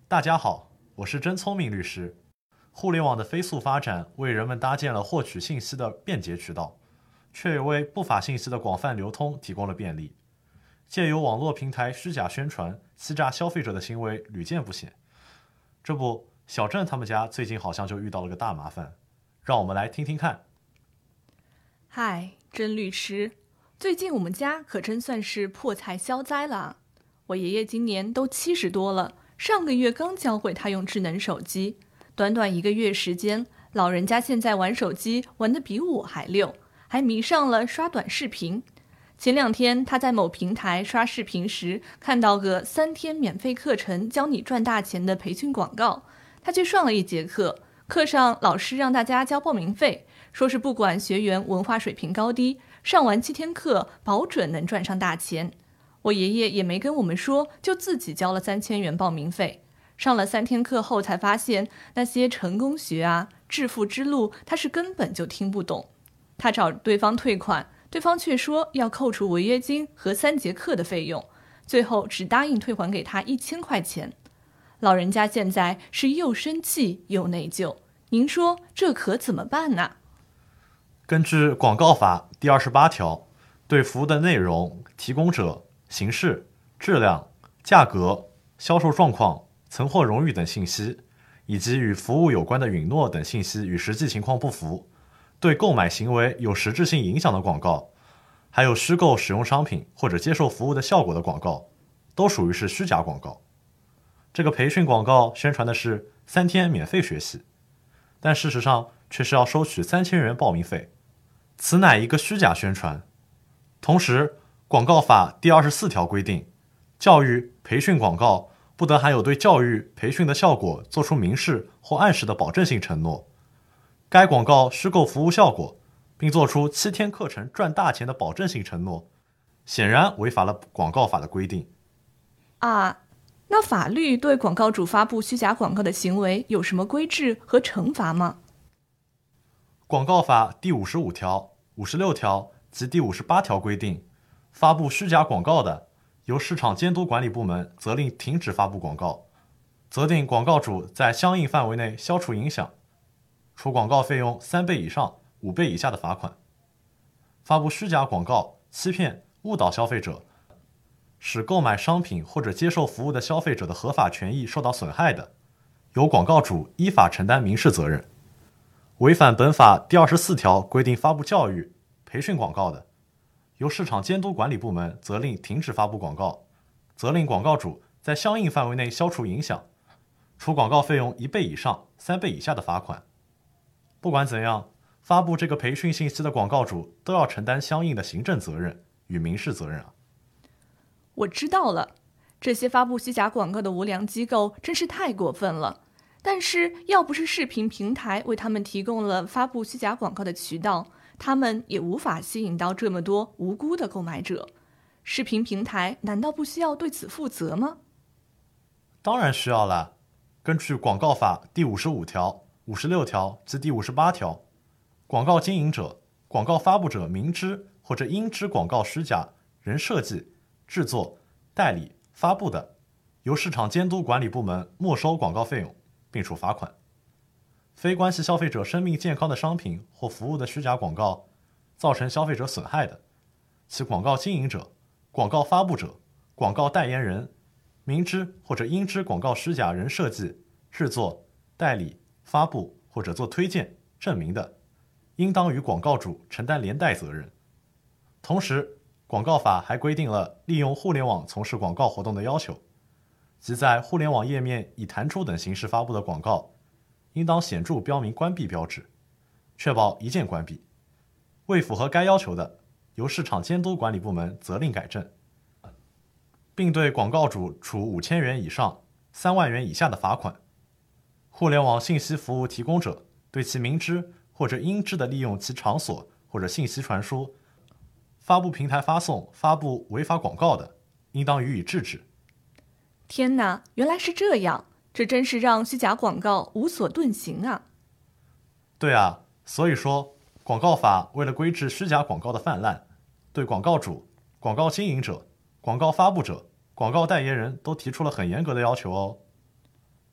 大家好，我是真聪明律师。互联网的飞速发展为人们搭建了获取信息的便捷渠道，却也为不法信息的广泛流通提供了便利。借由网络平台虚假宣传、欺诈消费者的行为屡见不鲜。这不，小郑他们家最近好像就遇到了个大麻烦，让我们来听听看。 嗨，甄律师，最近我们家可真算是破财消灾了。我爷爷今年都70多了，上个月刚教会他用智能手机，短短1个月时间，老人家现在玩手机玩得比我还溜，还迷上了刷短视频。前2天他在某平台刷视频时，看到个3天免费课程教你赚大钱的培训广告，他去上了1节课，课上老师让大家交报名费，说是不管学员文化水平高低，上完7天课保准能赚上大钱。我爷爷也没跟我们说，就自己交了3000元报名费。上了3天课后才发现，那些成功学啊、致富之路，他是根本就听不懂。他找对方退款，对方却说要扣除违约金和3节课的费用，最后只答应退还给他1000块钱。老人家现在是又生气又内疚，您说这可怎么办呢？ 根据广告法第28条，对服务的内容、提供者、形式、质量、价格、销售状况、曾获荣誉等信息，以及与服务有关的允诺等信息与实际情况不符，对购买行为有实质性影响的广告，还有虚构使用商品或者接受服务的效果的广告，都属于是虚假广告。这个培训广告宣传的是3天免费学习，但事实上却是要收取3000元报名费，此乃一个虚假宣传。同时，广告法第24条规定，教育培训广告不得含有对教育培训的效果作出明示或暗示的保证性承诺。该广告虚构服务效果，并做出7天课程赚大钱的保证性承诺，显然违反了广告法的规定。 那法律对广告主发布虚假广告的行为有什么规制和惩罚吗？ 广告法第55条、56条及第58条规定，发布虚假广告的，由市场监督管理部门责令停止发布广告，责定广告主在相应范围内消除影响，处广告费用3倍以上5倍以下的罚款。发布虚假广告、欺骗、误导消费者，使购买商品或者接受服务的消费者的合法权益受到损害的，由广告主依法承担民事责任。违反本法第24条规定发布教育、培训广告的，由市场监督管理部门责令停止发布广告，责令广告主在相应范围内消除影响，处广告费用1倍以上3倍以下的罚款。不管怎样，发布这个培训信息的广告主都要承担相应的行政责任与民事责任啊。 我知道了，这些发布虚假广告的无良机构真是太过分了。但是要不是视频平台为他们提供了发布虚假广告的渠道，他们也无法吸引到这么多无辜的购买者。视频平台难道不需要对此负责吗？ 当然需要了。根据广告法第55条、56条及第58条，广告经营者、广告发布者明知或者应知广告虚假，仍设计、制作、代理、发布的，由市场监督管理部门没收广告费用，并处罚款。非关系消费者生命健康的商品或服务的虚假广告，造成消费者损害的，其广告经营者、广告发布者、广告代言人明知或者应知广告虚假仍设计、制作、代理、发布或者做推荐、证明的，应当与广告主承担连带责任。同时，广告法还规定了利用互联网从事广告活动的要求，即在互联网页面以弹出等形式发布的广告，应当显著标明关闭标志，确保一键关闭。未符合该要求的，由市场监督管理部门责令改正，并对广告主处5000元以上3万元以下的罚款。互联网信息服务提供者对其明知或者应知的利用其场所或者信息传输、发布平台发送、发布违法广告的，应当予以制止。 天哪，原来是这样，这真是让虚假广告无所遁形啊！ 对啊，所以说广告法为了规制虚假广告的泛滥，对广告主、广告经营者、广告发布者、广告代言人都提出了很严格的要求哦。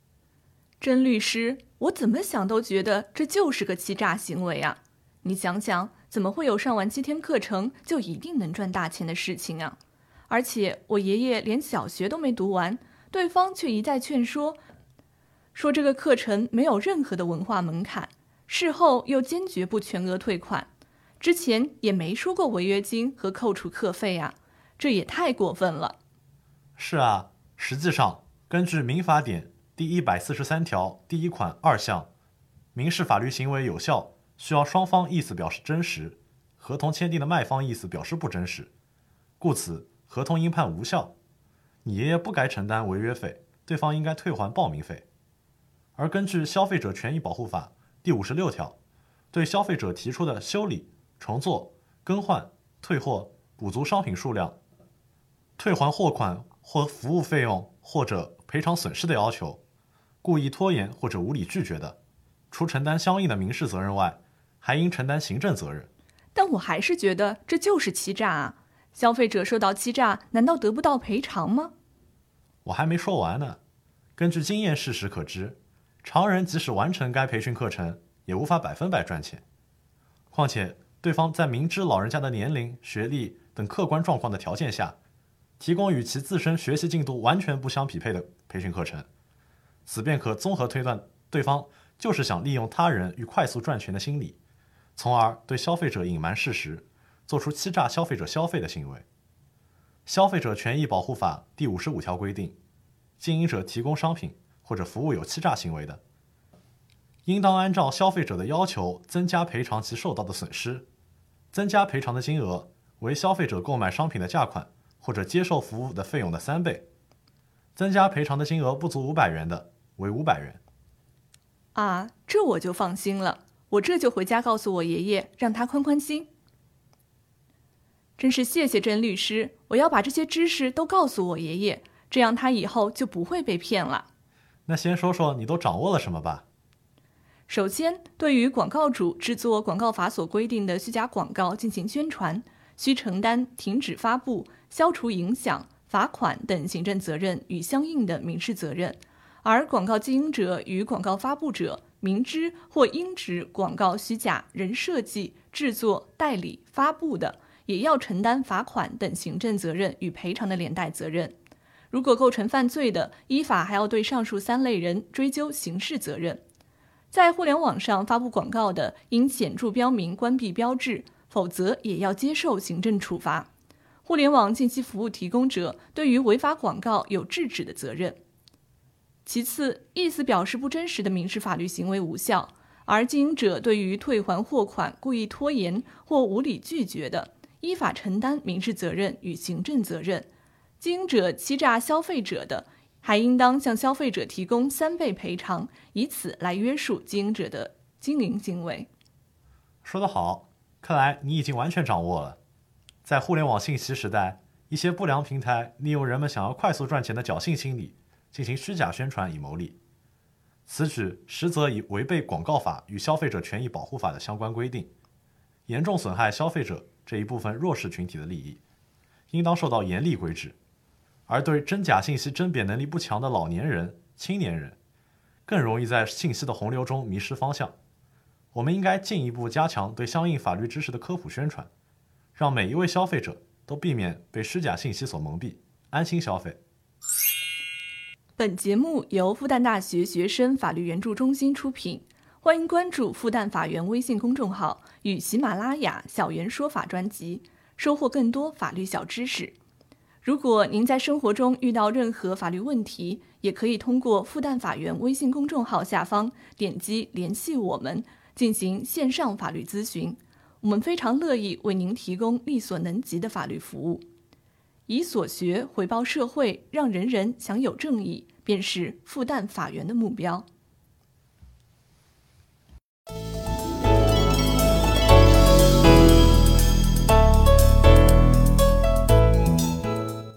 甄律师，我怎么想都觉得这就是个欺诈行为啊！你想想，怎么会有上完7天课程就一定能赚大钱的事情啊？而且我爷爷连小学都没读完，对方却一再劝说这个课程没有任何的文化门槛，事后又坚决不全额退款，之前也没说过违约金和扣除课费啊，这也太过分了。 是啊，实际上根据民法典第143条第1款2项，民事法律行为有效需要双方意思表示真实，合同签订的卖方意思表示不真实，故此合同应判无效。你爷爷不该承担违约费，对方应该退还报名费。而根据消费者权益保护法第56条，对消费者提出的修理、重做、更换、退货、补足商品数量、退还货款或服务费用或者赔偿损失的要求，故意拖延或者无理拒绝的，除承担相应的民事责任外，还应承担行政责任。 但我还是觉得这就是欺诈啊！消费者受到欺诈，难道得不到赔偿吗？ 我还没说完呢。根据经验事实可知，常人即使完成该培训课程，也无法100%赚钱。况且，对方在明知老人家的年龄、学历等客观状况的条件下，提供与其自身学习进度完全不相匹配的培训课程，此便可综合推断，对方就是想利用他人与快速赚钱的心理，从而对消费者隐瞒事实，做出欺诈消费者消费的行为。消费者权益保护法第55条规定，经营者提供商品或者服务有欺诈行为的，应当按照消费者的要求增加赔偿其受到的损失，增加赔偿的金额为消费者购买商品的价款或者接受服务的费用的3倍，增加赔偿的金额不足500元的，为500元。 啊，这我就放心了，我这就回家告诉我爷爷，让他宽宽心。真是谢谢甄律师，我要把这些知识都告诉我爷爷，这样他以后就不会被骗了。 那先说说你都掌握了什么吧。 首先，对于广告主制作广告法所规定的虚假广告进行宣传，需承担停止发布、消除影响、罚款等行政责任与相应的民事责任。而广告经营者与广告发布者明知或应知广告虚假、人设计、制作、代理、发布的，也要承担罚款等行政责任与赔偿的连带责任。如果构成犯罪的，依法还要对上述3类人追究刑事责任。在互联网上发布广告的，应显著标明关闭标志，否则也要接受行政处罚。互联网信息服务提供者对于违法广告有制止的责任。其次，意思表示不真实的民事法律行为无效，而经营者对于退还货款故意拖延或无理拒绝的，依法承担民事责任与行政责任。经营者欺诈消费者的，还应当向消费者提供3倍赔偿，以此来约束经营者的经营行为。 说得好，看来你已经完全掌握了。在互联网信息时代，一些不良平台利用人们想要快速赚钱的侥幸心理，进行虚假宣传以牟利。此举实则已违背广告法与消费者权益保护法的相关规定，严重损害消费者这一部分弱势群体的利益，应当受到严厉规制。而对真假信息甄别能力不强的老年人、青年人，更容易在信息的洪流中迷失方向。我们应该进一步加强对相应法律知识的科普宣传，让每一位消费者都避免被虚假信息所蒙蔽，安心消费。 本节目由复旦大学学生法律援助中心出品，欢迎关注复旦法源微信公众号与喜马拉雅小袁说法专辑，收获更多法律小知识。如果您在生活中遇到任何法律问题，也可以通过复旦法源微信公众号下方点击联系我们，进行线上法律咨询。我们非常乐意为您提供力所能及的法律服务。以所学回报社会，让人人享有正义，便是复旦法源的目标。